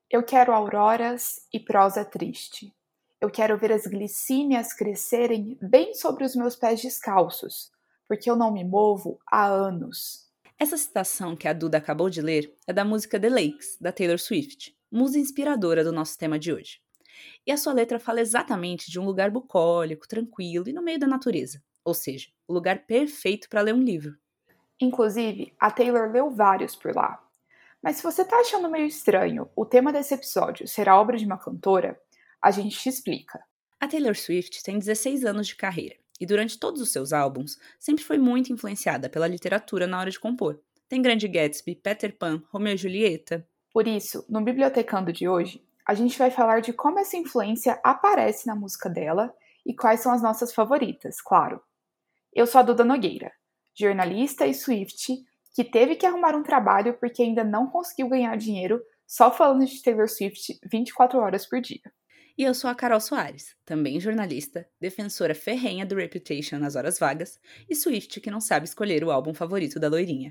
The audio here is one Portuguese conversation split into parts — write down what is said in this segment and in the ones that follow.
Eu quero auroras e prosa triste. Eu quero ver as glicínias crescerem bem sobre os meus pés descalços, porque eu não me movo há anos. Essa citação que a Duda acabou de ler é da música The Lakes, da Taylor Swift, musa inspiradora do nosso tema de hoje. E a sua letra fala exatamente de um lugar bucólico, tranquilo e no meio da natureza, ou seja, o lugar perfeito para ler um livro. Inclusive, a Taylor leu vários por lá. Mas se você tá achando meio estranho o tema desse episódio ser a obra de uma cantora, a gente te explica. A Taylor Swift tem 16 anos de carreira e durante todos os seus álbuns sempre foi muito influenciada pela literatura na hora de compor. Tem Grande Gatsby, Peter Pan, Romeu e Julieta. Por isso, no Bibliotecando de hoje, a gente vai falar de como essa influência aparece na música dela e quais são as nossas favoritas, claro. Eu sou a Duda Nogueira, jornalista e Swift, que teve que arrumar um trabalho porque ainda não conseguiu ganhar dinheiro só falando de Taylor Swift 24 horas por dia. E eu sou a Carol Soares, também jornalista, defensora ferrenha do Reputation nas horas vagas e Swift que não sabe escolher o álbum favorito da loirinha.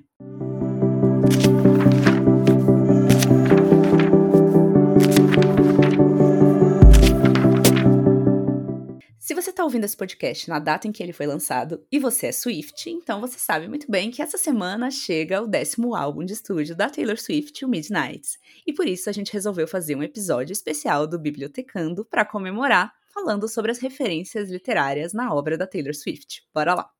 Se você está ouvindo esse podcast na data em que ele foi lançado e você é Swift, então você sabe muito bem que essa semana chega o 10º álbum de estúdio da Taylor Swift, o Midnights. E por isso a gente resolveu fazer um episódio especial do Bibliotecando para comemorar, falando sobre as referências literárias na obra da Taylor Swift. Bora lá!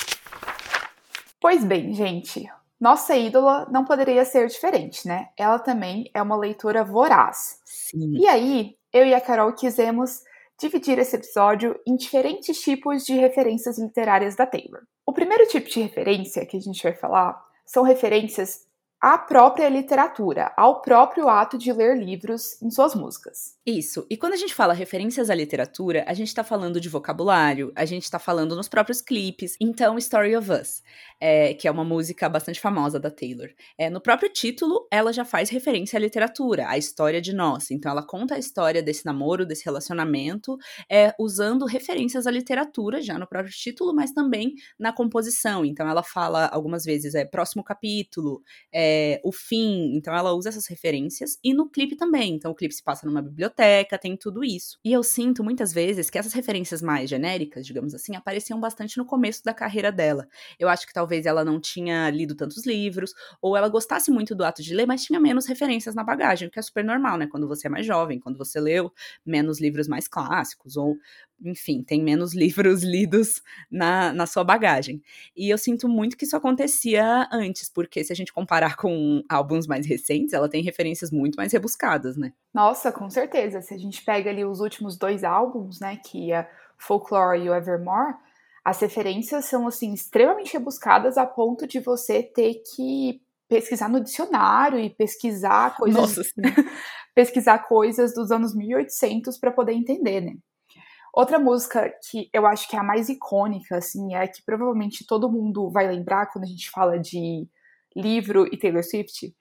Pois bem, gente, nossa ídola não poderia ser diferente, né? Ela também é uma leitora voraz. Sim. E aí, eu e a Carol quisemos dividir esse episódio em diferentes tipos de referências literárias da Taylor. O primeiro tipo de referência que a gente vai falar são referências à própria literatura, ao próprio ato de ler livros em suas músicas. Isso. E quando a gente fala referências à literatura, a gente tá falando de vocabulário, a gente tá falando nos próprios clipes. Então, Story of Us, que é uma música bastante famosa da Taylor. No próprio título, ela já faz referência à literatura, à história de nós. Então, ela conta a história desse namoro, desse relacionamento, usando referências à literatura, já no próprio título, mas também na composição. Então, ela fala algumas vezes, próximo capítulo, o fim. Então, ela usa essas referências. E no clipe também. Então, o clipe se passa numa biblioteca, tem tudo isso. E eu sinto muitas vezes que essas referências mais genéricas, digamos assim, apareciam bastante no começo da carreira dela. Eu acho que talvez ela não tinha lido tantos livros, ou ela gostasse muito do ato de ler, mas tinha menos referências na bagagem, o que é super normal, né? Quando você é mais jovem, quando você leu menos livros mais clássicos, ou, enfim, tem menos livros lidos na sua bagagem. E eu sinto muito que isso acontecia antes, porque se a gente comparar com álbuns mais recentes, ela tem referências muito mais rebuscadas, né? Nossa, com certeza. Se a gente pega ali os últimos 2 álbuns, né, que é Folklore e o Evermore, as referências são, assim, extremamente rebuscadas a ponto de você ter que pesquisar no dicionário e pesquisar coisas Nossa, sim. pesquisar coisas dos anos 1800 para poder entender, né. Outra música que eu acho que é a mais icônica, assim, é a que provavelmente todo mundo vai lembrar quando a gente fala de livro e Taylor Swift,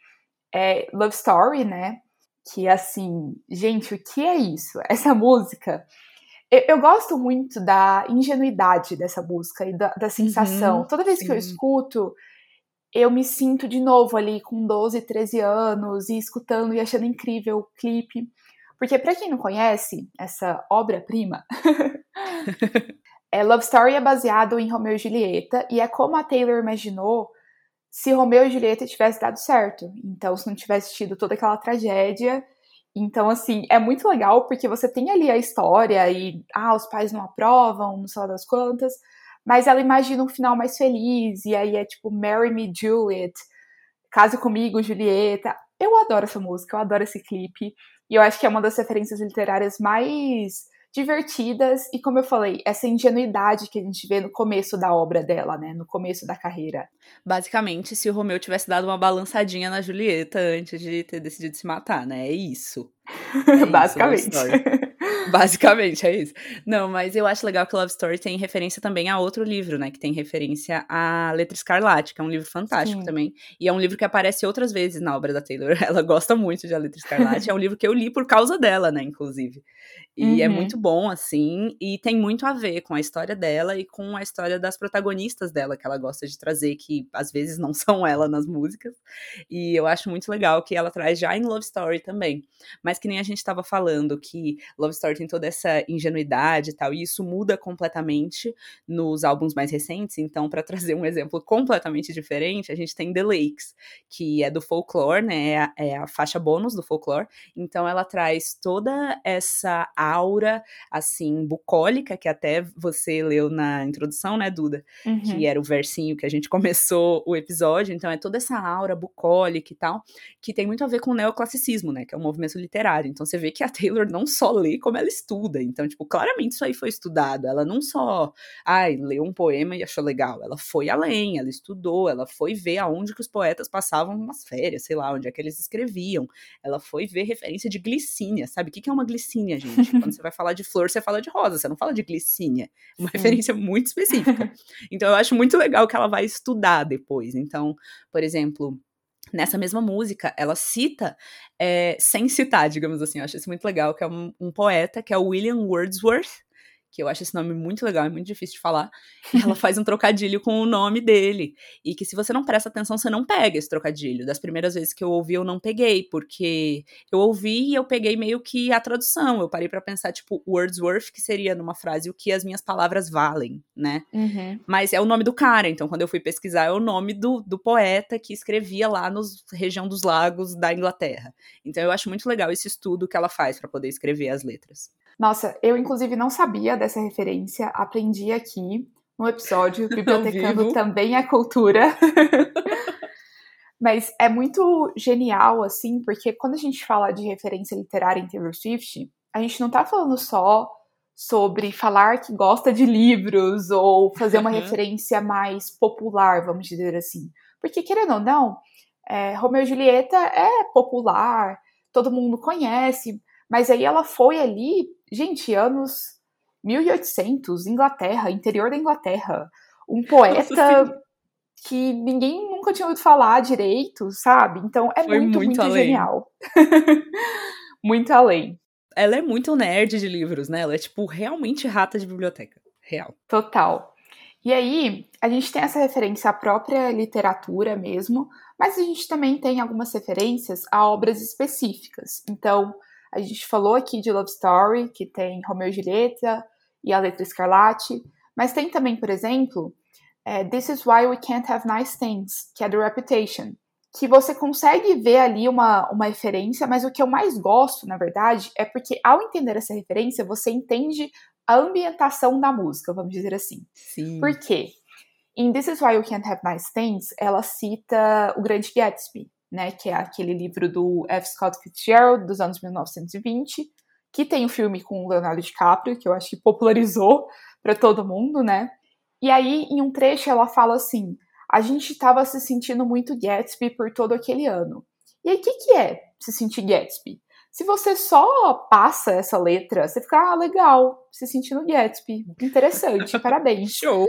é Love Story, né, que assim, gente, o que é isso? Essa música, eu gosto muito da ingenuidade dessa música e da sensação. Toda vez que eu Sim. escuto, eu me sinto de novo ali com 12, 13 anos e escutando e achando incrível o clipe. Porque pra quem não conhece essa obra-prima, Love Story é baseado em Romeu e Julieta e é como a Taylor imaginou se Romeu e Julieta tivesse dado certo. Então, se não tivesse tido toda aquela tragédia. Então, assim, é muito legal porque você tem ali a história e, os pais não aprovam, não sei lá das quantas, mas ela imagina um final mais feliz, e aí é tipo, Marry Me, Juliet, Case Comigo, Julieta. Eu adoro essa música, eu adoro esse clipe, e eu acho que é uma das referências literárias mais divertidas, e como eu falei, essa ingenuidade que a gente vê no começo da obra dela, né, no começo da carreira. Basicamente, se o Romeu tivesse dado uma balançadinha na Julieta antes de ter decidido se matar, né? É isso. É isso, Love Basicamente. Story. Basicamente, é isso. Não, mas eu acho legal que Love Story tem referência também a outro livro, né? Que tem referência a Letra Escarlate, que é um livro fantástico Sim. também. E é um livro que aparece outras vezes na obra da Taylor. Ela gosta muito de A Letra Escarlate. É um livro que eu li por causa dela, né? Inclusive. E é muito Uhum. bom, assim, e tem muito a ver com a história dela e com a história das protagonistas dela, que ela gosta de trazer, que às vezes não são ela nas músicas. E eu acho muito legal que ela traz já em Love Story também. Mas que nem a gente tava falando, que Love Story tem toda essa ingenuidade e tal, e isso muda completamente nos álbuns mais recentes. Então, para trazer um exemplo completamente diferente, a gente tem The Lakes, que é do Folklore, né? É a faixa bônus do Folklore. Então, ela traz toda essa aura, assim, bucólica, que até você leu na introdução, né, Duda? Que Uhum. era o versinho que a gente começou o episódio. Então, é toda essa aura bucólica e tal, que tem muito a ver com o neoclassicismo, né? Que é um movimento literário. Então, você vê que a Taylor não só lê, como ela estuda. Então, tipo, claramente isso aí foi estudado. Ela não só, leu um poema e achou legal. Ela foi além, ela estudou, ela foi ver aonde que os poetas passavam umas férias, sei lá, onde é que eles escreviam. Ela foi ver referência de glicínia, sabe? O que é uma glicínia, gente? Quando você vai falar de flor, você fala de rosa, você não fala de glicínia. Uma Sim. referência muito específica. Então, eu acho muito legal que ela vai estudar depois. Então, por exemplo, nessa mesma música, ela cita, sem citar, digamos assim, eu acho isso muito legal, que é um poeta, que é o William Wordsworth, que eu acho esse nome muito legal, é muito difícil de falar, e ela faz um trocadilho com o nome dele, e que se você não presta atenção, você não pega esse trocadilho. Das primeiras vezes que eu ouvi, eu não peguei, porque eu ouvi e eu peguei meio que a tradução, eu parei pra pensar, tipo, Wordsworth, que seria numa frase o que as minhas palavras valem, né? Uhum. Mas é o nome do cara, então quando eu fui pesquisar é o nome do poeta que escrevia lá na região dos lagos da Inglaterra. Então eu acho muito legal esse estudo que ela faz para poder escrever as letras. Nossa, eu inclusive não sabia dessa referência, aprendi aqui no episódio Ao Bibliotecando vivo. também é cultura. Mas é muito genial, assim, porque quando a gente fala de referência literária em Taylor Swift, a gente não tá falando só sobre falar que gosta de livros ou fazer uma referência mais popular, vamos dizer assim. Porque, querendo ou não, Romeu e Julieta é popular, todo mundo conhece, mas aí ela foi ali, gente, anos 1800, Inglaterra, interior da Inglaterra. Um Nossa, poeta sim. que ninguém nunca tinha ouvido falar direito, sabe? Então é Foi muito, muito muito além. genial. Muito além. Ela é muito nerd de livros, né? Ela é, tipo, realmente rata de biblioteca. Real. Total. E aí, a gente tem essa referência à própria literatura mesmo, mas a gente também tem algumas referências a obras específicas. Então, a gente falou aqui de Love Story, que tem Romeu e Julieta e a Letra Escarlate, mas tem também, por exemplo, This is Why We Can't Have Nice Things, que é do Reputation, que você consegue ver ali uma referência, mas o que eu mais gosto, na verdade, é porque ao entender essa referência, você entende a ambientação da música, vamos dizer assim. Por Sim. quê? Em This Is Why We Can't Have Nice Things, ela cita O Grande Gatsby, né, que é aquele livro do F. Scott Fitzgerald, dos anos 1920, que tem o filme com o Leonardo DiCaprio, que eu acho que popularizou para todo mundo, né? E aí, em um trecho, ela fala assim: a gente estava se sentindo muito Gatsby por todo aquele ano. E aí, o que é se sentir Gatsby? Se você só passa essa letra, você fica, legal, se sentindo Gatsby. Interessante, parabéns. Show.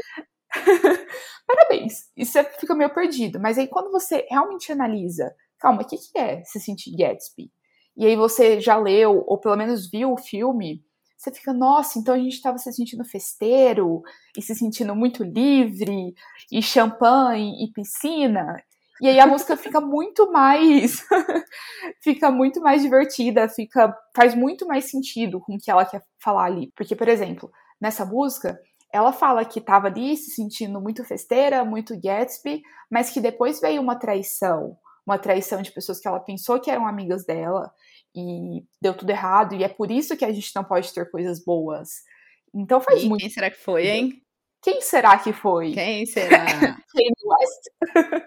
Parabéns. E você fica meio perdido. Mas aí, quando você realmente analisa, calma, o que é se sentir Gatsby? E aí você já leu, ou pelo menos viu o filme, você fica, nossa, então a gente estava se sentindo festeiro, e se sentindo muito livre, e champanhe, e piscina. E aí a música fica muito mais fica muito mais divertida, faz muito mais sentido com o que ela quer falar ali. Porque, por exemplo, nessa música, ela fala que estava ali se sentindo muito festeira, muito Gatsby, mas que depois veio uma traição de pessoas que ela pensou que eram amigas dela e deu tudo errado, e é por isso que a gente não pode ter coisas boas. Então faz E muito quem será que foi, sentido. hein? Quem será que foi? Quem será? Kanye West?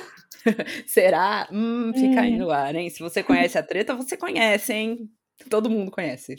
Será? Fica aí no ar, hein? Se você conhece a treta, você conhece, hein? Todo mundo conhece.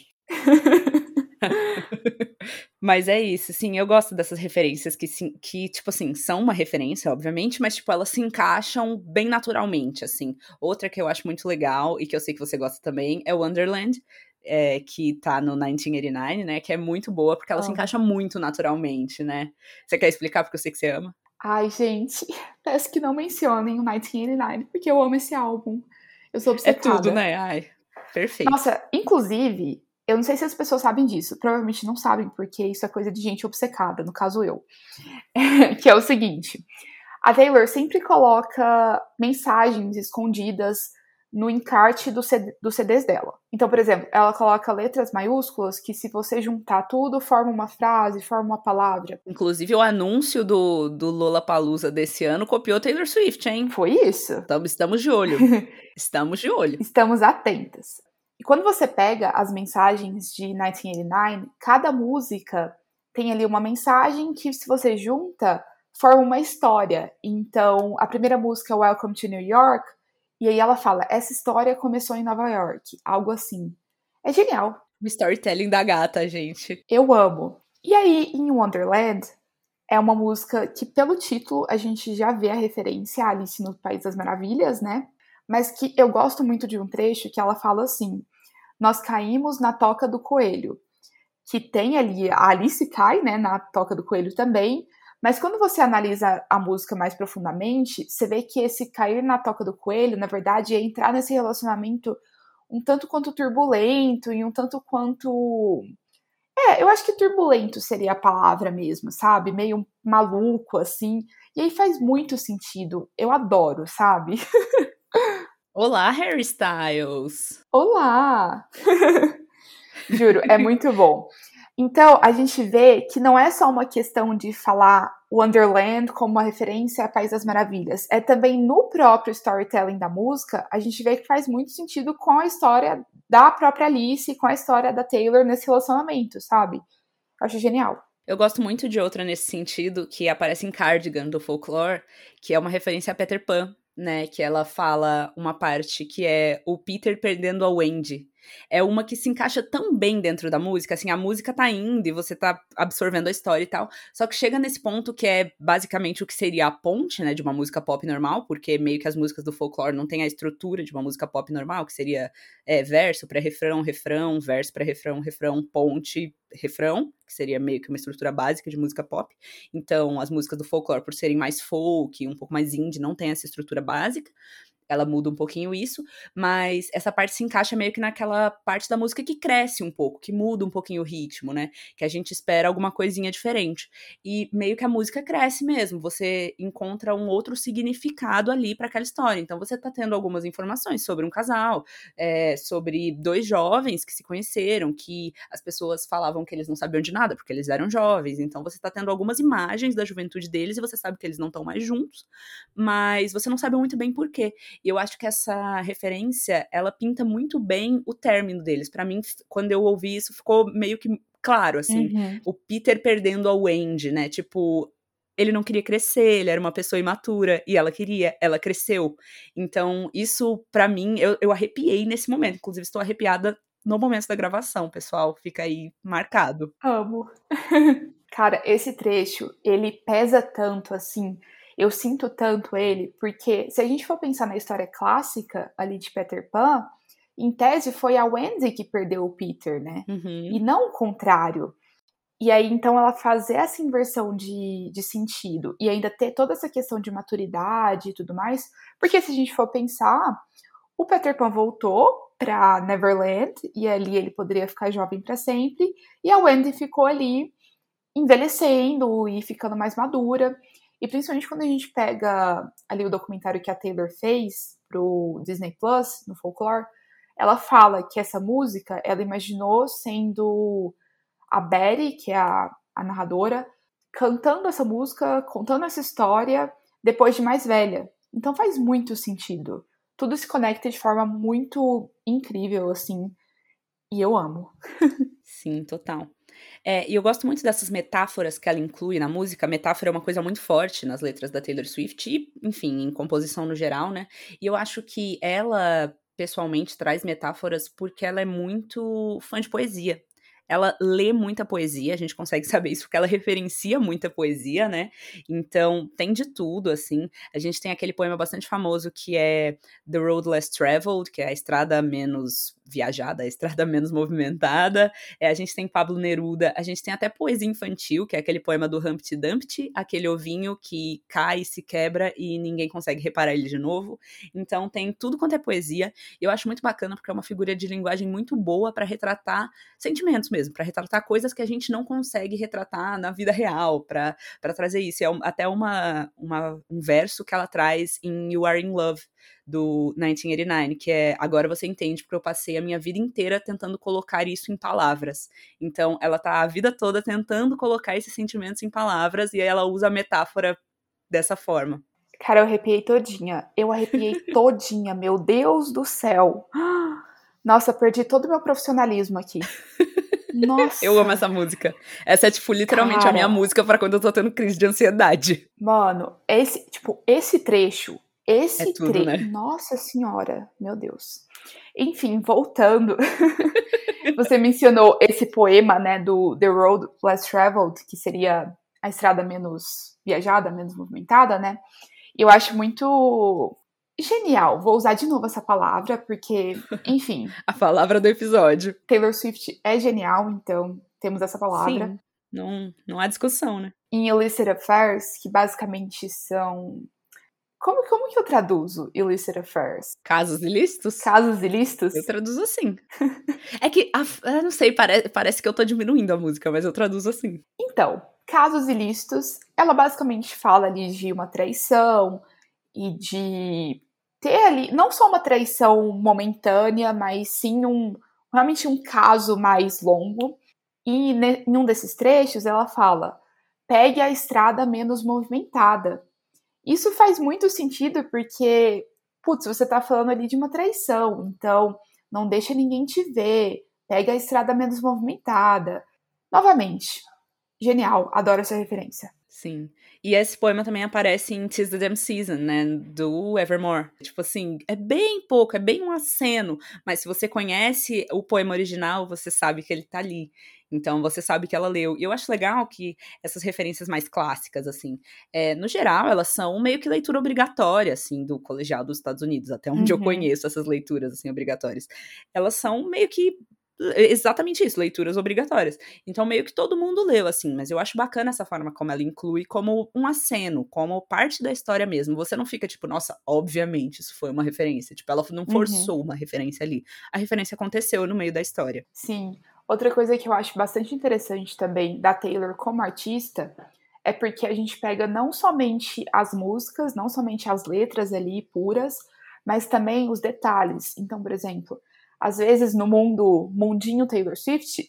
Mas é isso, sim, eu gosto dessas referências que, tipo assim, são uma referência, obviamente, mas, tipo, elas se encaixam bem naturalmente, assim. Outra que eu acho muito legal, e que eu sei que você gosta também, é Wonderland, que tá no 1989, né? Que é muito boa, porque ela se Amo. encaixa muito naturalmente, né? Você quer explicar porque eu sei que você ama? Ai, gente, peço que não mencionem o 1989, porque eu amo esse álbum. Eu sou É tudo, obcecada. né? Ai, perfeito. Nossa, inclusive, eu não sei se as pessoas sabem disso, provavelmente não sabem, porque isso é coisa de gente obcecada, no caso eu. Que é o seguinte: a Taylor sempre coloca mensagens escondidas no encarte dos CDs dela. Então, por exemplo, ela coloca letras maiúsculas que, se você juntar tudo, forma uma frase, forma uma palavra. Inclusive, o anúncio do Lollapalooza desse ano copiou Taylor Swift, hein? Foi isso. Estamos de olho. Estamos de olho. Estamos atentas. E quando você pega as mensagens de 1989, cada música tem ali uma mensagem que, se você junta, forma uma história. Então, a primeira música é Welcome to New York, e aí ela fala, essa história começou em Nova York, algo assim. É genial. O storytelling da gata, gente. Eu amo. E aí, em Wonderland, é uma música que, pelo título, a gente já vê a referência a Alice no País das Maravilhas, né? Mas que eu gosto muito de um trecho que ela fala assim: nós caímos na toca do coelho. Que tem ali, a Alice cai, né, na toca do coelho também, mas quando você analisa a música mais profundamente, você vê que esse cair na toca do coelho, na verdade, é entrar nesse relacionamento um tanto quanto turbulento e um tanto quanto. Eu acho que turbulento seria a palavra mesmo, sabe? Meio maluco, assim. E aí faz muito sentido. Eu adoro, sabe? Olá, Harry Styles! Olá! Juro, é muito bom. Então, a gente vê que não é só uma questão de falar Wonderland como uma referência a País das Maravilhas. É também no próprio storytelling da música, a gente vê que faz muito sentido com a história da própria Alice, com a história da Taylor nesse relacionamento, sabe? Eu acho genial. Eu gosto muito de outra nesse sentido, que aparece em Cardigan, do Folklore, que é uma referência a Peter Pan, né? Que ela fala uma parte que é o Peter perdendo a Wendy. É uma que se encaixa tão bem dentro da música, assim, a música tá indo e você tá absorvendo a história e tal, só que chega nesse ponto que é basicamente o que seria a ponte, né, de uma música pop normal, porque meio que as músicas do folclore não tem a estrutura de uma música pop normal, que seria verso, pré-refrão, refrão, verso, pré-refrão, refrão, ponte, refrão, que seria meio que uma estrutura básica de música pop. Então, as músicas do folclore, por serem mais folk, um pouco mais indie, não tem essa estrutura básica. Ela muda um pouquinho isso, mas essa parte se encaixa meio que naquela parte da música que cresce um pouco, que muda um pouquinho o ritmo, né? Que a gente espera alguma coisinha diferente. E meio que a música cresce mesmo, você encontra um outro significado ali para aquela história. Então você tá tendo algumas informações sobre um casal, sobre dois jovens que se conheceram, que as pessoas falavam que eles não sabiam de nada, porque eles eram jovens. Então você tá tendo algumas imagens da juventude deles e você sabe que eles não estão mais juntos, mas você não sabe muito bem por quê. E eu acho que essa referência, ela pinta muito bem o término deles. Pra mim, quando eu ouvi isso, ficou meio que claro, assim. Uhum. O Peter perdendo a Wendy, né? Tipo, ele não queria crescer, ele era uma pessoa imatura, e ela queria, ela cresceu. Então, isso, pra mim, eu arrepiei nesse momento. Inclusive, estou arrepiada no momento da gravação, pessoal. Fica aí marcado. Amo. Cara, esse trecho, ele pesa tanto, assim, eu sinto tanto ele, porque se a gente for pensar na história clássica ali de Peter Pan, em tese foi a Wendy que perdeu o Peter, né? E Uhum. não o contrário. E aí, então, ela fazer essa inversão de sentido e ainda ter toda essa questão de maturidade e tudo mais, porque se a gente for pensar, o Peter Pan voltou pra Neverland e ali ele poderia ficar jovem para sempre, e a Wendy ficou ali envelhecendo e ficando mais madura. E principalmente quando a gente pega ali o documentário que a Taylor fez pro Disney Plus, no Folklore, ela fala que essa música ela imaginou sendo a Betty, que é a narradora, cantando essa música, contando essa história depois de mais velha. Então faz muito sentido. Tudo se conecta de forma muito incrível, assim, e eu amo. Sim, total. E eu gosto muito dessas metáforas que ela inclui na música. Metáfora é uma coisa muito forte nas letras da Taylor Swift e, enfim, em composição no geral, né? E eu acho que ela, pessoalmente, traz metáforas porque ela é muito fã de poesia. Ela lê muita poesia, a gente consegue saber isso porque ela referencia muita poesia, né? Então, tem de tudo, assim. A gente tem aquele poema bastante famoso que é The Road Less Traveled, que é a estrada menos viajada, a estrada menos movimentada. A gente tem Pablo Neruda, a gente tem até poesia infantil, que é aquele poema do Humpty Dumpty, aquele ovinho que cai, se quebra e ninguém consegue reparar ele de novo. Então tem tudo quanto é poesia. Eu acho muito bacana porque é uma figura de linguagem muito boa para retratar sentimentos mesmo, para retratar coisas que a gente não consegue retratar na vida real, para trazer isso. É até um verso que ela traz em You Are in Love, do 1989, que é: agora você entende porque eu passei a minha vida inteira tentando colocar isso em palavras. Então ela tá a vida toda tentando colocar esses sentimentos em palavras, e aí ela usa a metáfora dessa forma. Cara, eu arrepiei todinha. Eu arrepiei todinha, meu Deus do céu. Nossa, perdi todo o meu profissionalismo aqui. Nossa. Eu amo essa música. Essa é, tipo, literalmente a minha música pra quando eu tô tendo crise de ansiedade. Mano, esse trecho, é tudo, né? Nossa senhora, meu Deus. Enfim, voltando. Você mencionou esse poema, né, do The Road Less Traveled, que seria a estrada menos viajada, menos movimentada, né? E eu acho muito genial. Vou usar de novo essa palavra, porque, enfim. A palavra do episódio. Taylor Swift é genial, então temos essa palavra. Sim, não há discussão, né? Em Illicit Affairs, que basicamente são... Como que eu traduzo Illicit Affairs? Casos ilícitos? Casos ilícitos? Eu traduzo assim. É que, eu não sei, parece que eu tô diminuindo a música, mas eu traduzo assim. Então, casos ilícitos, ela basicamente fala ali de uma traição e de ter ali, não só uma traição momentânea, mas sim realmente um caso mais longo. E em um desses trechos ela fala: pegue a estrada menos movimentada. Isso faz muito sentido porque, putz, você tá falando ali de uma traição, então não deixa ninguém te ver, pega a estrada menos movimentada. Novamente, genial, adoro essa referência. Sim. E esse poema também aparece em 'Tis the Damn Season, né, do Evermore. Tipo assim, é bem pouco, é bem um aceno, mas se você conhece o poema original, você sabe que ele tá ali. Então você sabe que ela leu. E eu acho legal que essas referências mais clássicas, assim, no geral, elas são meio que leitura obrigatória, assim, do colegial dos Estados Unidos, até onde eu conheço essas leituras, assim, obrigatórias. Elas são meio que exatamente isso, leituras obrigatórias. Então, meio que todo mundo leu, assim, mas eu acho bacana essa forma como ela inclui como um aceno, como parte da história mesmo. Você não fica tipo, nossa, obviamente isso foi uma referência. Tipo, ela não forçou uma referência ali. A referência aconteceu no meio da história. Sim. Outra coisa que eu acho bastante interessante também da Taylor como artista é porque a gente pega não somente as músicas, não somente as letras ali puras, mas também os detalhes. Então, por exemplo, às vezes no mundinho Taylor Swift,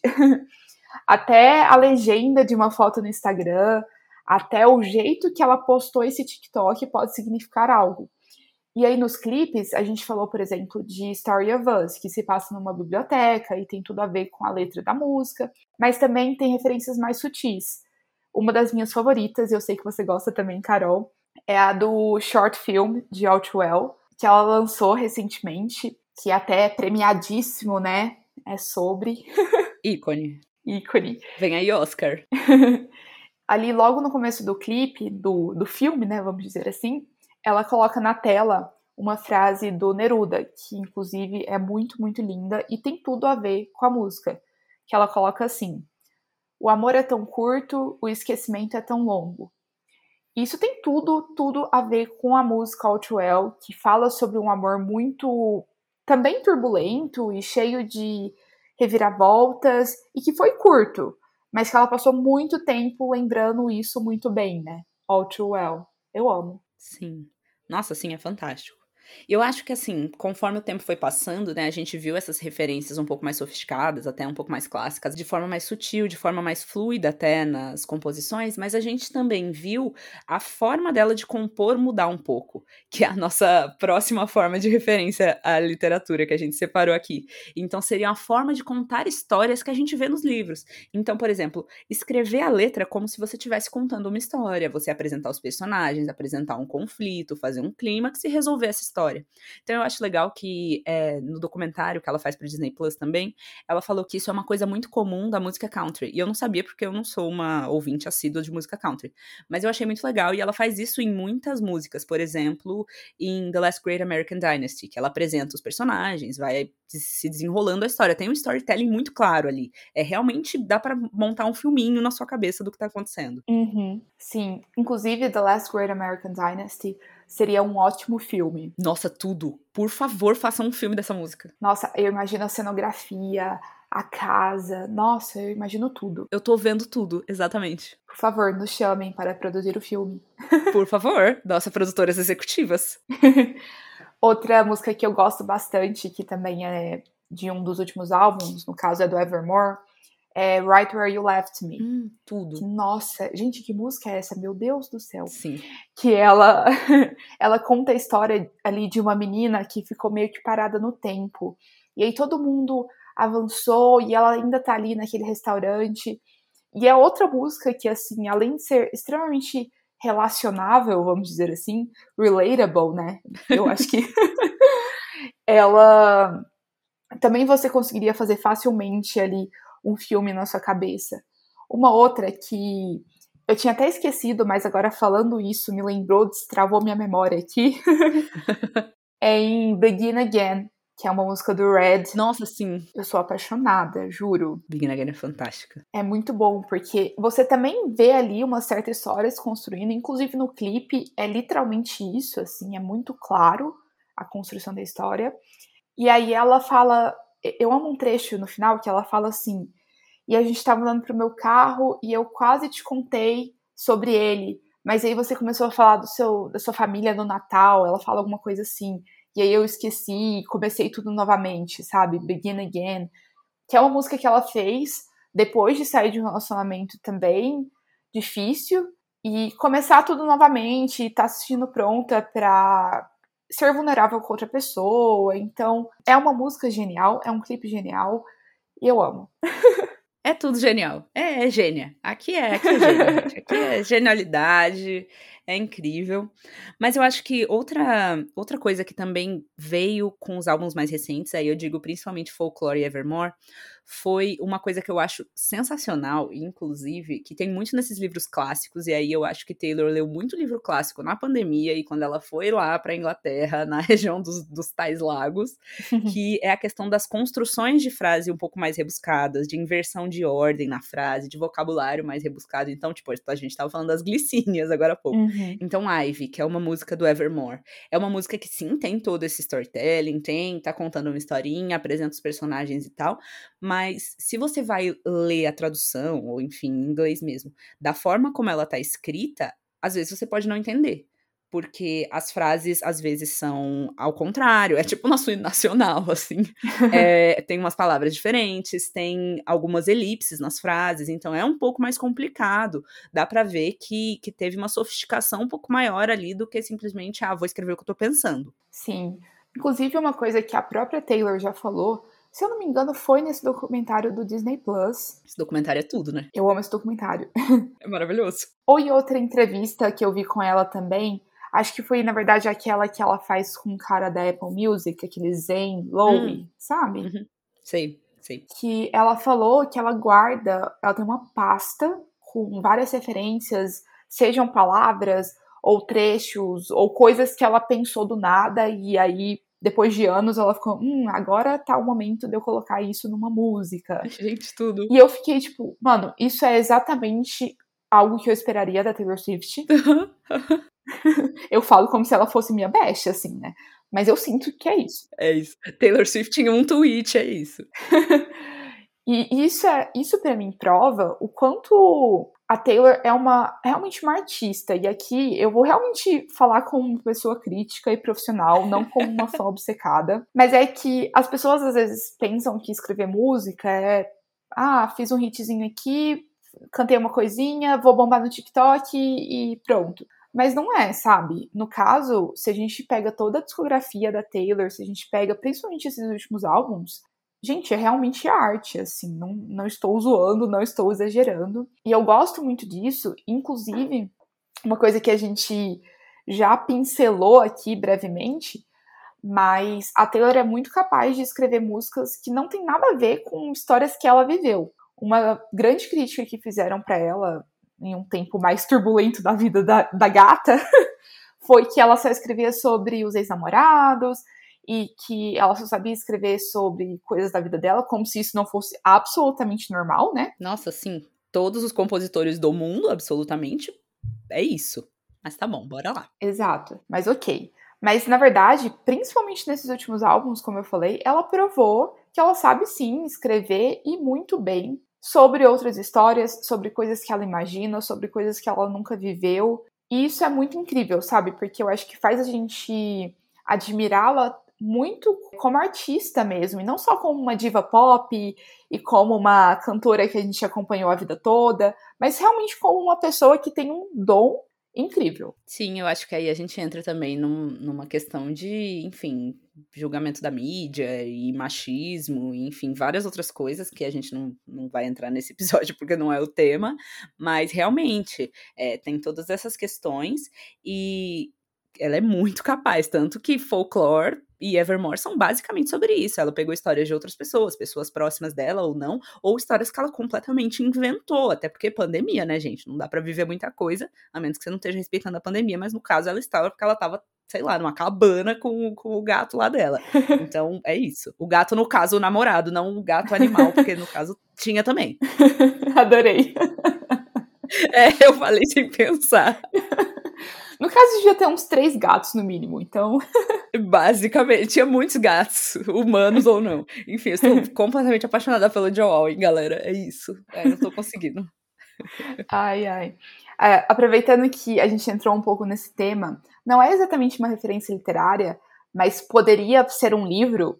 até a legenda de uma foto no Instagram, até o jeito que ela postou esse TikTok pode significar algo. E aí nos clipes, a gente falou, por exemplo, de Story of Us, que se passa numa biblioteca e tem tudo a ver com a letra da música, mas também tem referências mais sutis. Uma das minhas favoritas, e eu sei que você gosta também, Carol, é a do short film de Outwell, que ela lançou recentemente, que até é premiadíssimo, né? É sobre... Ícone. Ícone. Vem aí, Oscar. Ali, logo no começo do clipe, do filme, né, vamos dizer assim, ela coloca na tela uma frase do Neruda, que inclusive é muito, muito linda e tem tudo a ver com a música, que ela coloca assim: o amor é tão curto, o esquecimento é tão longo. Isso tem tudo a ver com a música Outwell, que fala sobre um amor muito, também turbulento e cheio de reviravoltas, e que foi curto, mas que ela passou muito tempo lembrando isso muito bem, né? Outwell. Eu amo. Sim. Nossa, sim, é fantástico. E eu acho que, assim, conforme o tempo foi passando, né, a gente viu essas referências um pouco mais sofisticadas, até um pouco mais clássicas, de forma mais sutil, de forma mais fluida até nas composições, mas a gente também viu a forma dela de compor mudar um pouco, que é a nossa próxima forma de referência à literatura que a gente separou aqui. Então, seria uma forma de contar histórias que a gente vê nos livros. Então, por exemplo, escrever a letra como se você estivesse contando uma história, você apresentar os personagens, apresentar um conflito, fazer um clímax e resolver essa história. Então eu acho legal que no documentário que ela faz pro Disney Plus também, ela falou que isso é uma coisa muito comum da música country. E eu não sabia porque eu não sou uma ouvinte assídua de música country. Mas eu achei muito legal e ela faz isso em muitas músicas. Por exemplo, em The Last Great American Dynasty, que ela apresenta os personagens, vai se desenrolando a história. Tem um storytelling muito claro ali. Realmente dá pra montar um filminho na sua cabeça do que tá acontecendo. Uhum, sim. Inclusive, The Last Great American Dynasty seria um ótimo filme. Nossa, tudo. Por favor, façam um filme dessa música. Nossa, eu imagino a cenografia, a casa. Nossa, eu imagino tudo. Eu tô vendo tudo, exatamente. Por favor, nos chamem para produzir o filme. Por favor, nossa, produtoras executivas. Outra música que eu gosto bastante, que também é de um dos últimos álbuns, no caso é do Evermore, é Right Where You Left Me. Tudo. Que, nossa, gente, que música é essa? Meu Deus do céu. Sim. Que ela conta a história ali de uma menina que ficou meio que parada no tempo. E aí todo mundo avançou e ela ainda tá ali naquele restaurante. E é outra música que, assim, além de ser extremamente relacionável, vamos dizer assim, relatable, né? Eu acho que ela também você conseguiria fazer facilmente ali um filme na sua cabeça. Uma outra que eu tinha até esquecido, mas agora falando isso me lembrou, destravou minha memória aqui, é em Begin Again, que é uma música do Red. Nossa, sim. Eu sou apaixonada, juro. Begin Again é fantástica. É muito bom, porque você também vê ali uma certa história se construindo, inclusive no clipe é literalmente isso, assim, é muito claro a construção da história. E aí ela fala, eu amo um trecho no final que ela fala assim, e a gente tava andando pro meu carro e eu quase te contei sobre ele, mas aí você começou a falar da sua família no Natal, ela fala alguma coisa assim, e aí eu esqueci e comecei tudo novamente, sabe? Begin Again, que é uma música que ela fez depois de sair de um relacionamento também difícil e começar tudo novamente e tá se sentindo pronta pra ser vulnerável com outra pessoa. Então, é uma música genial, é um clipe genial e eu amo. É tudo genial. É gênia. Aqui é gênia, gente. Aqui é genialidade, é incrível. Mas eu acho que outra coisa que também veio com os álbuns mais recentes, aí eu digo principalmente Folklore e Evermore, foi uma coisa que eu acho sensacional, inclusive, que tem muito nesses livros clássicos, e aí eu acho que Taylor leu muito livro clássico na pandemia, e quando ela foi lá pra Inglaterra, na região dos Tais Lagos, que é a questão das construções de frase um pouco mais rebuscadas, de inversão de ordem na frase, de vocabulário mais rebuscado. Então, tipo, a gente tava falando das glicínias agora há pouco. Uhum. Então, Ivy, que é uma música do Evermore, é uma música que sim, tem todo esse storytelling, tá contando uma historinha, apresenta os personagens e tal, mas se você vai ler a tradução, ou enfim, em inglês mesmo, da forma como ela tá escrita, às vezes você pode não entender. Porque as frases, às vezes, são ao contrário. É tipo o nosso hino nacional, assim. Tem umas palavras diferentes, tem algumas elipses nas frases, então é um pouco mais complicado. Dá pra ver que teve uma sofisticação um pouco maior ali do que simplesmente, vou escrever o que eu tô pensando. Sim. Inclusive, uma coisa que a própria Taylor já falou, se eu não me engano, foi nesse documentário do Disney Plus. Esse documentário é tudo, né? Eu amo esse documentário. É maravilhoso. Ou em outra entrevista que eu vi com ela também, acho que foi, na verdade, aquela que ela faz com o cara da Apple Music, aquele Zen Lowe, sabe? Uhum. Sei. Que ela falou que ela tem uma pasta com várias referências, sejam palavras, ou trechos, ou coisas que ela pensou do nada, e aí, depois de anos, ela ficou, agora tá o momento de eu colocar isso numa música. Gente, tudo. E eu fiquei tipo, mano, isso é exatamente algo que eu esperaria da Taylor Swift. Eu falo como se ela fosse minha best, assim, né? Mas eu sinto que é isso. É isso. Taylor Swift em um tweet, é isso. E isso para mim prova o quanto a Taylor é realmente uma artista. E aqui eu vou realmente falar como uma pessoa crítica e profissional, não como uma fã obcecada. Mas é que as pessoas às vezes pensam que escrever música é fiz um hitzinho aqui, cantei uma coisinha, vou bombar no TikTok e pronto. Mas não é, sabe? No caso, se a gente pega toda a discografia da Taylor, se a gente pega principalmente esses últimos álbuns, gente, é realmente arte, assim, não estou zoando, não estou exagerando. E eu gosto muito disso, inclusive, uma coisa que a gente já pincelou aqui brevemente, mas a Taylor é muito capaz de escrever músicas que não tem nada a ver com histórias que ela viveu. Uma grande crítica que fizeram para ela em um tempo mais turbulento da vida da gata foi que ela só escrevia sobre os ex-namorados e que ela só sabia escrever sobre coisas da vida dela, como se isso não fosse absolutamente normal, né? Nossa, sim. Todos os compositores do mundo, absolutamente, é isso. Mas tá bom, bora lá. Exato, mas ok. Mas, na verdade, principalmente nesses últimos álbuns, como eu falei, ela provou que ela sabe sim escrever e muito bem sobre outras histórias, sobre coisas que ela imagina, sobre coisas que ela nunca viveu. E isso é muito incrível, sabe? Porque eu acho que faz a gente admirá-la muito como artista mesmo, e não só como uma diva pop e como uma cantora que a gente acompanhou a vida toda, mas realmente como uma pessoa que tem um dom incrível. Sim, eu acho que aí a gente entra também numa questão de, enfim, julgamento da mídia e machismo, e, enfim, várias outras coisas que a gente não vai entrar nesse episódio porque não é o tema, mas realmente tem todas essas questões e ela é muito capaz, tanto que Folklore e Evermore são basicamente sobre isso. Ela pegou histórias de outras pessoas, pessoas próximas dela ou não, ou histórias que ela completamente inventou, até porque pandemia, né, gente? Não dá pra viver muita coisa, a menos que você não esteja respeitando a pandemia, mas no caso ela estava porque ela tava, sei lá, numa cabana com o gato lá dela. Então, é isso. O gato, no caso, o namorado, não o gato animal, porque no caso tinha também. Adorei. Eu falei sem pensar. No caso, devia ter uns 3 gatos no mínimo, então. Basicamente, tinha muitos gatos, humanos ou não. Enfim, eu estou completamente apaixonada pelo Joe Alwyn, galera. É isso. Não tô conseguindo. Ai, ai. Aproveitando que a gente entrou um pouco nesse tema, não é exatamente uma referência literária, mas poderia ser um livro.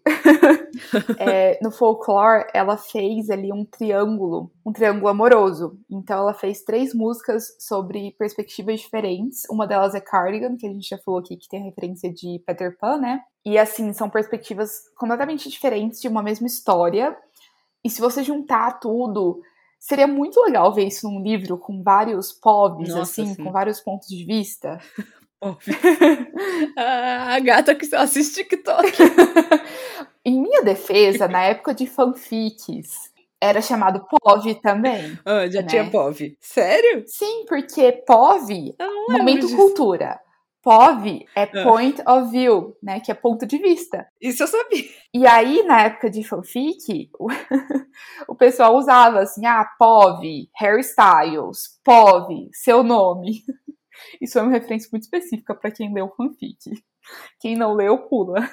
No Folklore, ela fez ali um triângulo amoroso. Então, ela fez 3 músicas sobre perspectivas diferentes. Uma delas é Cardigan, que a gente já falou aqui, que tem a referência de Peter Pan, né? E, assim, são perspectivas completamente diferentes de uma mesma história. E se você juntar tudo, seria muito legal ver isso num livro com vários povs, Nossa, assim, sim. com vários pontos de vista. Óbvio. A gata que só assiste TikTok. Em minha defesa, na época de fanfics, era chamado POV também. Já né? tinha POV. Sério? Sim, porque POV, Eu não lembro momento disso. cultura. POV é point of view, né? Que é ponto de vista. Isso eu sabia. E aí, na época de fanfic, o pessoal usava assim, POV, Harry Styles, POV, seu nome. Isso é uma referência muito específica para quem leu fanfic. Quem não leu, pula.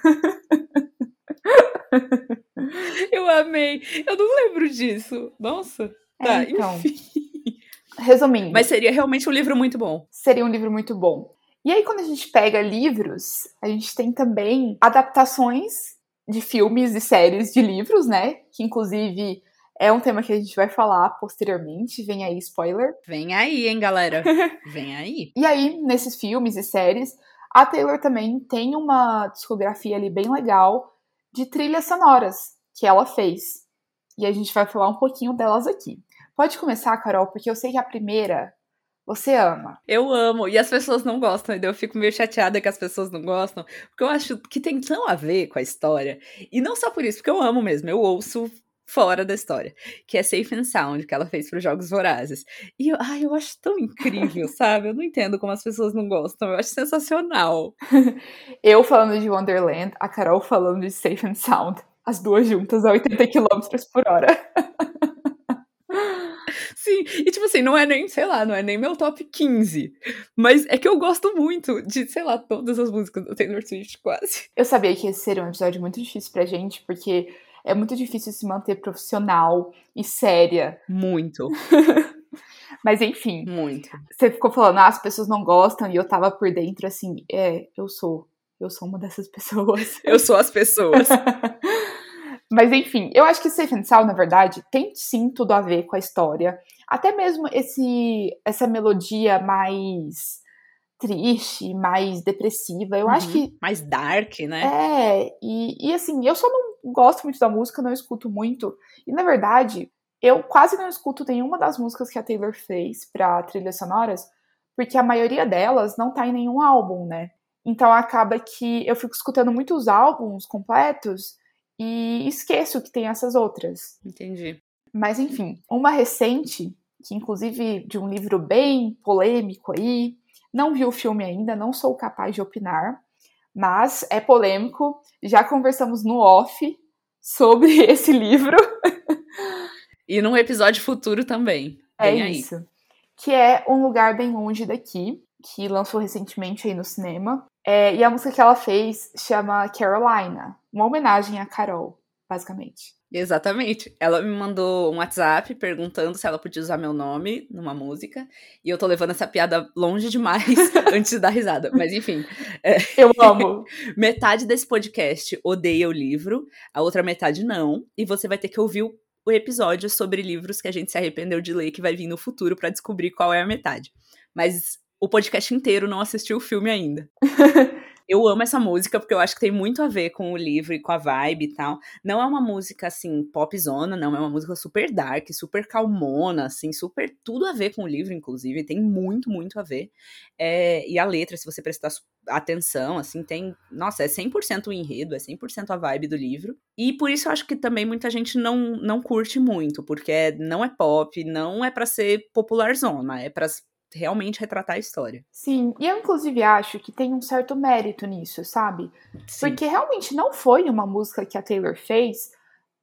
Eu amei. Eu não lembro disso. Nossa. Tá, Então, enfim. resumindo. Mas seria realmente um livro muito bom. Seria um livro muito bom. E aí, quando a gente pega livros, a gente tem também adaptações de filmes e séries de livros, né? Que, inclusive, é um tema que a gente vai falar posteriormente. Vem aí, spoiler. Vem aí, hein, galera? Vem aí. E aí, nesses filmes e séries, a Taylor também tem uma discografia ali bem legal de trilhas sonoras que ela fez. E a gente vai falar um pouquinho delas aqui. Pode começar, Carol, porque eu sei que a primeira você ama. Eu amo, e as pessoas não gostam, e eu fico meio chateada que as pessoas não gostam, porque eu acho que tem tão a ver com a história, e não só por isso, porque eu amo mesmo, eu ouço fora da história, que é Safe and Sound, que ela fez para os Jogos Vorazes. E eu acho tão incrível, sabe? Eu não entendo como as pessoas não gostam, eu acho sensacional. Eu falando de Wonderland, a Carol falando de Safe and Sound. As duas juntas a 80 km por hora. Sim, e tipo assim, não é nem, sei lá, não é nem meu top 15, mas é que eu gosto muito de, sei lá, todas as músicas da Taylor Swift, quase. Eu sabia que esse seria um episódio muito difícil pra gente, porque é muito difícil se manter profissional e séria. Muito. Mas enfim, Muito. você ficou falando, as pessoas não gostam, e eu tava por dentro assim, eu sou uma dessas pessoas. Eu sou as pessoas. Mas enfim, eu acho que Safe and Sound, na verdade, tem sim tudo a ver com a história. Até mesmo essa melodia mais triste, mais depressiva. Eu acho que. Mais dark, né? E assim, eu só não gosto muito da música, não escuto muito. E na verdade, eu quase não escuto nenhuma das músicas que a Taylor fez pra trilhas sonoras, porque a maioria delas não tá em nenhum álbum, né? Então acaba que eu fico escutando muitos álbuns completos e esqueço que tem essas outras. Entendi. Mas enfim, uma recente, que inclusive de um livro bem polêmico aí, não vi o filme ainda, não sou capaz de opinar, mas é polêmico, já conversamos no off sobre esse livro. E num episódio futuro também. Vem aí. Isso. Que é Um Lugar Bem Longe Daqui, que lançou recentemente aí no cinema. E a música que ela fez chama Carolina, uma homenagem a Carol, basicamente. Exatamente. Ela me mandou um WhatsApp perguntando se ela podia usar meu nome numa música. E eu tô levando essa piada longe demais antes de dar risada. Mas enfim. Eu amo. Metade desse podcast odeia o livro, a outra metade não. E você vai ter que ouvir o episódio sobre livros que a gente se arrependeu de ler, que vai vir no futuro pra descobrir qual é a metade. Mas o podcast inteiro não assistiu o filme ainda. Eu amo essa música porque eu acho que tem muito a ver com o livro e com a vibe e tal. Não é uma música, assim, popzona, não. É uma música super dark, super calmona, assim, super tudo a ver com o livro, inclusive. Tem muito, muito a ver. E a letra, se você prestar atenção, assim, tem... Nossa, é 100% o enredo, é 100% a vibe do livro. E por isso eu acho que também muita gente não curte muito, porque não é pop, não é pra ser popularzona, é pra realmente retratar a história. Sim, e eu inclusive acho que tem um certo mérito nisso, sabe? Sim. Porque realmente não foi uma música que a Taylor fez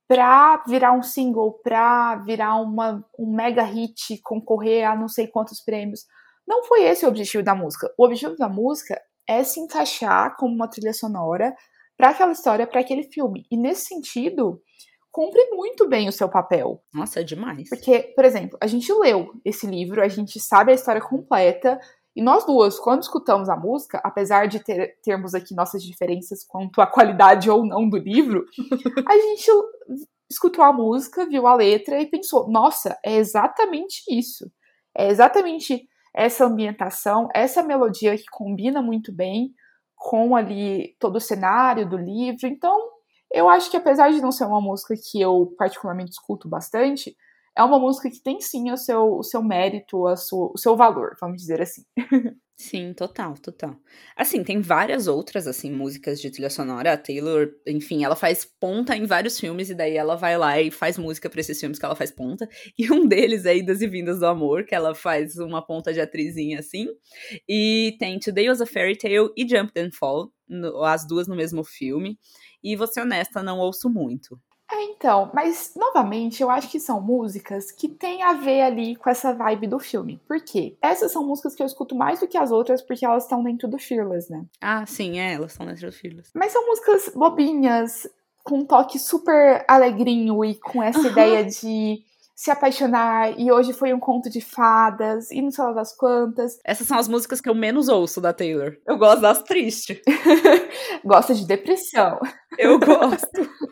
pra virar um single, pra virar um mega hit, concorrer a não sei quantos prêmios. Não foi esse o objetivo da música. O objetivo da música é se encaixar como uma trilha sonora pra aquela história, pra aquele filme. E nesse sentido, cumpre muito bem o seu papel. Nossa, é demais. Porque, por exemplo, a gente leu esse livro, a gente sabe a história completa, e nós duas, quando escutamos a música, apesar de termos aqui nossas diferenças quanto à qualidade ou não do livro, a gente escutou a música, viu a letra e pensou, nossa, é exatamente isso. É exatamente essa ambientação, essa melodia que combina muito bem com ali todo o cenário do livro. Então, eu acho que apesar de não ser uma música que eu particularmente escuto bastante, é uma música que tem sim o seu mérito, o seu valor, vamos dizer assim. Sim, total, total. Assim, tem várias outras, assim, músicas de trilha sonora. A Taylor, enfim, ela faz ponta em vários filmes e daí ela vai lá e faz música pra esses filmes que ela faz ponta. E um deles é Idas e Vindas do Amor, que ela faz uma ponta de atrizinha, assim. E tem Today Was a Fairy Tale e Jump and Fall, as duas no mesmo filme. E vou ser honesta, não ouço muito. Então, mas novamente eu acho que são músicas que têm a ver ali com essa vibe do filme. Por quê? Essas são músicas que eu escuto mais do que as outras porque elas estão dentro do Fearless, né? Ah, sim, elas estão dentro do Fearless. Mas são músicas bobinhas, com um toque super alegrinho e com essa ideia de se apaixonar, e hoje foi um conto de fadas, e não sei lá das quantas. Essas são as músicas que eu menos ouço da Taylor. Eu gosto das tristes. Gosta de depressão. Eu gosto.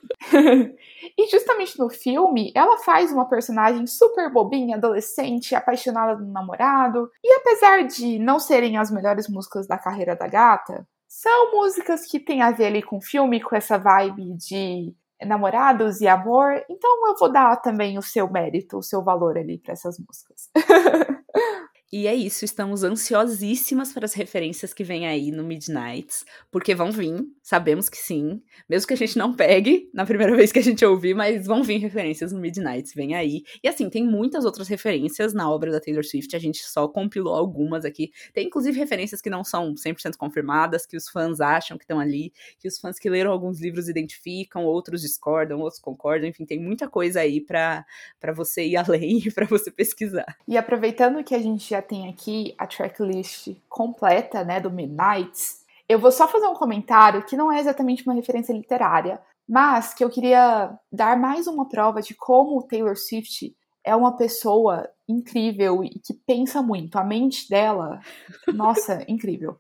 E justamente no filme, ela faz uma personagem super bobinha, adolescente, apaixonada no namorado. E apesar de não serem as melhores músicas da carreira da gata, são músicas que têm a ver ali com o filme, com essa vibe de namorados e amor. Então eu vou dar também o seu mérito, o seu valor ali para essas músicas. E é isso, estamos ansiosíssimas para as referências que vem aí no Midnights, porque vão vir, sabemos que sim, mesmo que a gente não pegue na primeira vez que a gente ouvir, mas vão vir referências no Midnights, vem aí. E assim, tem muitas outras referências na obra da Taylor Swift, a gente só compilou algumas aqui. Tem inclusive referências que não são 100% confirmadas, que os fãs acham que estão ali, que os fãs que leram alguns livros identificam, outros discordam, outros concordam, enfim, tem muita coisa aí para você ir além e para você pesquisar. E aproveitando que a gente já tem aqui a tracklist completa, né, do Midnights, eu vou só fazer um comentário que não é exatamente uma referência literária, mas que eu queria dar mais uma prova de como o Taylor Swift é uma pessoa incrível e que pensa muito. A mente dela, nossa, incrível.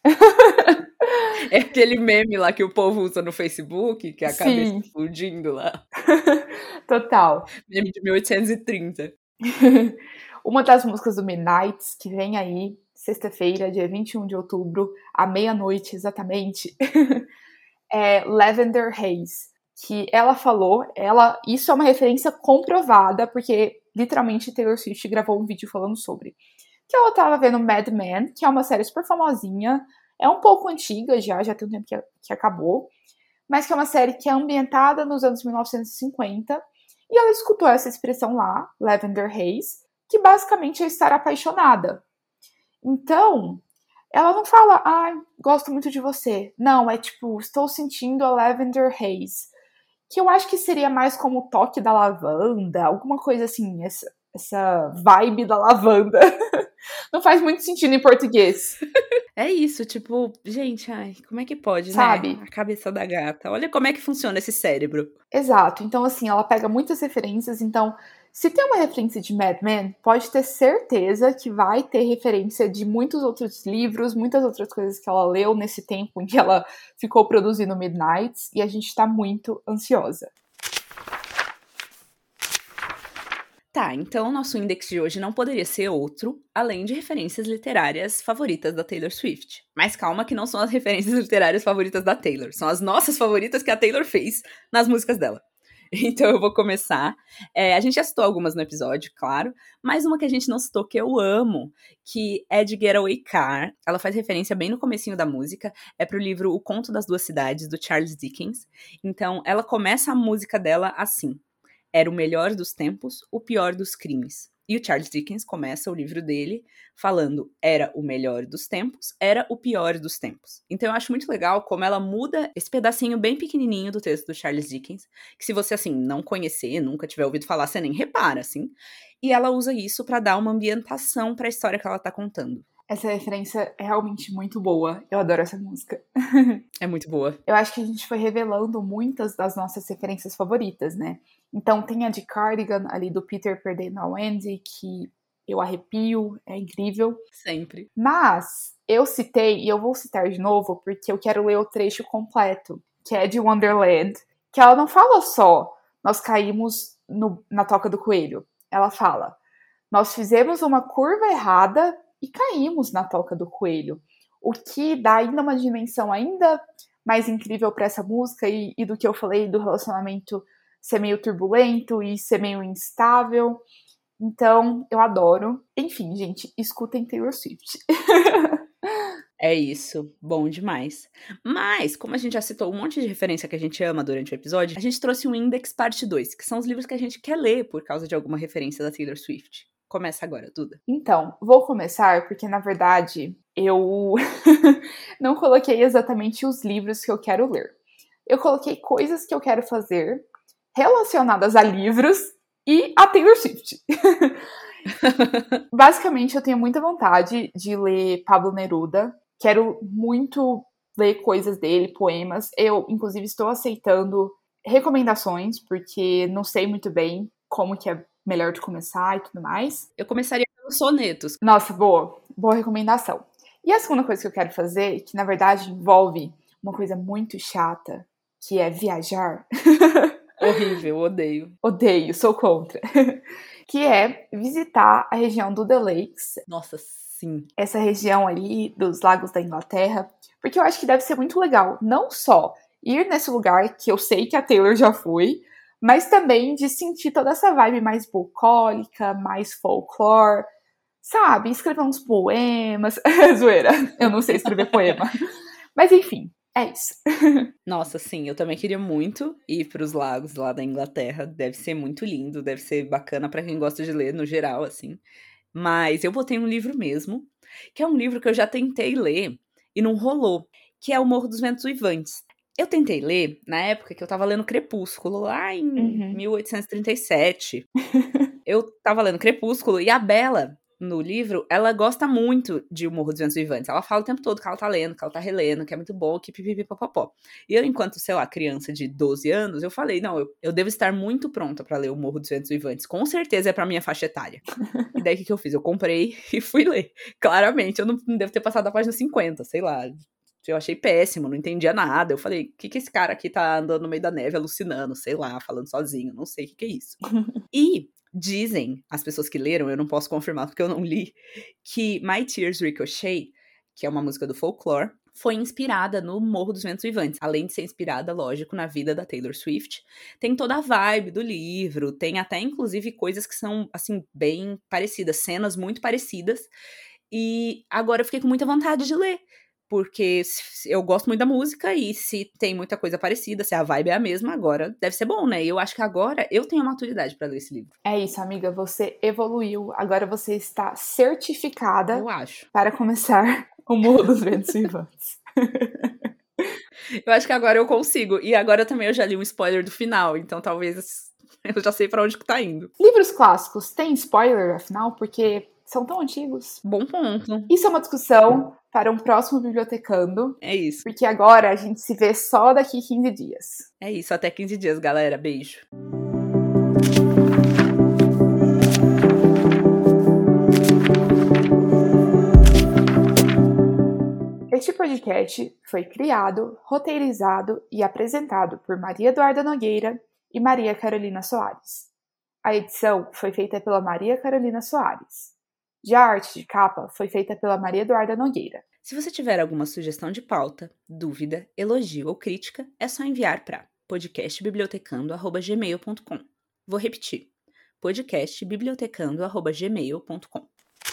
É aquele meme lá que o povo usa no Facebook, que é a cabeça explodindo lá. Total. Meme de 1830. Uma das músicas do Midnights, que vem aí, sexta-feira, dia 21 de outubro, à meia-noite exatamente, é Lavender Haze. Que ela falou, isso é uma referência comprovada, porque literalmente Taylor Swift gravou um vídeo falando sobre. Que ela tava vendo Mad Men, que é uma série super famosinha, É um pouco antiga já tem um tempo que acabou, mas que é uma série que é ambientada nos anos 1950, e ela escutou essa expressão lá, Lavender Haze, que basicamente é estar apaixonada. Então, ela não fala, gosto muito de você. Não, é tipo, estou sentindo a Lavender Haze. Que eu acho que seria mais como o toque da lavanda, alguma coisa assim, essa vibe da lavanda. Não faz muito sentido em português. É isso, tipo, gente, como é que pode, sabe? Né? A cabeça da gata. Olha como é que funciona esse cérebro. Exato. Então, assim, ela pega muitas referências. Então, se tem uma referência de Mad Men, pode ter certeza que vai ter referência de muitos outros livros, muitas outras coisas que ela leu nesse tempo em que ela ficou produzindo Midnights, e a gente tá muito ansiosa. Tá, então o nosso index de hoje não poderia ser outro, além de referências literárias favoritas da Taylor Swift. Mas calma que não são as referências literárias favoritas da Taylor, são as nossas favoritas que a Taylor fez nas músicas dela. Então eu vou começar. A gente já citou algumas no episódio, claro, mas uma que a gente não citou que eu amo, que é de Getaway Car. Ela faz referência bem no comecinho da música, é pro livro O Conto das Duas Cidades, do Charles Dickens. Então ela começa a música dela assim: era o melhor dos tempos, o pior dos crimes. E o Charles Dickens começa o livro dele falando: era o melhor dos tempos, era o pior dos tempos. Então eu acho muito legal como ela muda esse pedacinho bem pequenininho do texto do Charles Dickens, que se você, assim, não conhecer, nunca tiver ouvido falar, você nem repara, assim. E ela usa isso pra dar uma ambientação pra história que ela tá contando. Essa referência é realmente muito boa. Eu adoro essa música. É muito boa. Eu acho que a gente foi revelando muitas das nossas referências favoritas, né? Então tem a de Cardigan, ali do Peter perdendo a Wendy, que eu arrepio, é incrível. Sempre. Mas eu citei, e eu vou citar de novo, porque eu quero ler o trecho completo, que é de Wonderland, que ela não fala só, nós caímos na toca do coelho. Ela fala, nós fizemos uma curva errada e caímos na toca do coelho. O que dá ainda uma dimensão ainda mais incrível para essa música e do que eu falei do relacionamento ser meio turbulento e ser meio instável. Então, eu adoro. Enfim, gente, escutem Taylor Swift. É isso, bom demais. Mas, como a gente já citou um monte de referência que a gente ama durante o episódio, a gente trouxe um Index Parte 2, que são os livros que a gente quer ler por causa de alguma referência da Taylor Swift. Começa agora, Duda. Então, vou começar porque, na verdade, eu não coloquei exatamente os livros que eu quero ler. Eu coloquei coisas que eu quero fazer relacionadas a livros e a Taylor Swift. Basicamente, eu tenho muita vontade de ler Pablo Neruda. Quero muito ler coisas dele, poemas. Eu, inclusive, estou aceitando recomendações, porque não sei muito bem como que é melhor de começar e tudo mais. Eu começaria pelos sonetos. Nossa, boa. Boa recomendação. E a segunda coisa que eu quero fazer, que na verdade envolve uma coisa muito chata, que é viajar. Horrível, odeio. Odeio, sou contra. Que é visitar a região do The Lakes. Nossa, sim. Essa região ali dos lagos da Inglaterra. Porque eu acho que deve ser muito legal. Não só ir nesse lugar, que eu sei que a Taylor já foi, mas também de sentir toda essa vibe mais bucólica, mais folclore. Sabe? Escrever uns poemas. Zoeira. Eu não sei escrever poema. Mas enfim, é isso. Nossa, sim, eu também queria muito ir para os lagos lá da Inglaterra. Deve ser muito lindo, deve ser bacana para quem gosta de ler no geral, assim. Mas eu botei um livro mesmo, que é um livro que eu já tentei ler e não rolou, que é O Morro dos Ventos Uivantes. Eu tentei ler na época que eu tava lendo Crepúsculo, lá em 1837. Eu tava lendo Crepúsculo e a Bella, no livro, ela gosta muito de O Morro dos Ventos Uivantes. Ela fala o tempo todo que ela tá lendo, que ela tá relendo, que é muito bom, que pipipipopopó. E eu, enquanto, sei lá, criança de 12 anos, eu falei, não, eu devo estar muito pronta pra ler O Morro dos Ventos Uivantes. Com certeza é pra minha faixa etária. E daí, o que eu fiz? Eu comprei e fui ler. Claramente, eu não devo ter passado da página 50, sei lá. Eu achei péssimo, não entendia nada. Eu falei, o que esse cara aqui tá andando no meio da neve, alucinando, sei lá, falando sozinho, não sei o que é isso. E dizem, as pessoas que leram, eu não posso confirmar porque eu não li, que My Tears Ricochet, que é uma música do folclore, foi inspirada no Morro dos Ventos Uivantes. Além de ser inspirada, lógico, na vida da Taylor Swift. Tem toda a vibe do livro, tem até, inclusive, coisas que são, assim, bem parecidas, cenas muito parecidas. E agora eu fiquei com muita vontade de ler, porque eu gosto muito da música e se tem muita coisa parecida, se a vibe é a mesma, agora deve ser bom, né? E eu acho que agora eu tenho a maturidade pra ler esse livro. É isso, amiga, você evoluiu. Agora você está certificada Eu acho. para começar o Morro dos Ventos Vivantes. Eu acho que agora eu consigo. E agora também eu já li um spoiler do final, então talvez eu já sei pra onde que tá indo. Livros clássicos têm spoiler, afinal, porque são tão antigos? Bom ponto. Isso é uma discussão para um próximo Bibliotecando, É isso. porque agora a gente se vê só daqui 15 dias. É isso, até 15 dias, galera. Beijo. Este podcast foi criado, roteirizado e apresentado por Maria Eduarda Nogueira e Maria Carolina Soares. A edição foi feita pela Maria Carolina Soares. Já a arte de capa foi feita pela Maria Eduarda Nogueira. Se você tiver alguma sugestão de pauta, dúvida, elogio ou crítica, é só enviar para podcastbibliotecando@gmail.com. Vou repetir: podcastbibliotecando@gmail.com.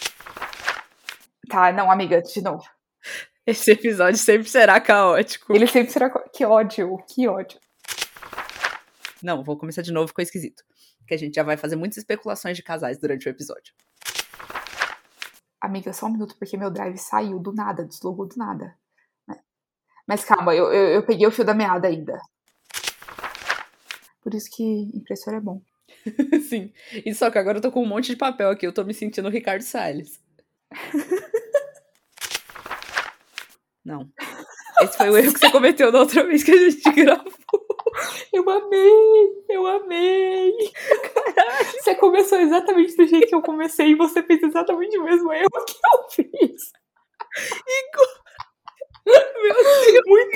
Tá, não, amiga, de novo. Esse episódio sempre será caótico. Ele sempre será... Que ódio, que ódio. Não, vou começar de novo, ficou esquisito. Que a gente já vai fazer muitas especulações de casais durante o episódio. Amiga, só um minuto, porque meu drive saiu do nada, deslogou do nada. Mas calma, eu peguei o fio da meada ainda. Por isso que impressora é bom. Sim, e só que agora eu tô com um monte de papel aqui, eu tô me sentindo o Ricardo Salles. Não. Esse foi o erro que você cometeu da outra vez que a gente gravou. Eu amei! Caralho. Você começou exatamente do jeito que eu comecei e você fez exatamente o mesmo erro que eu fiz. Meu Deus, muito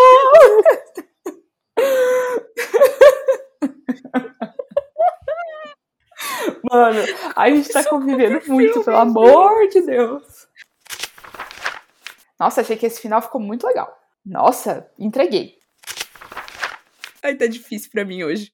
bom! Mano, a gente tá convivendo muito, pelo amor de Deus. Nossa, achei que esse final ficou muito legal. Nossa, entreguei. Ai, tá difícil pra mim hoje.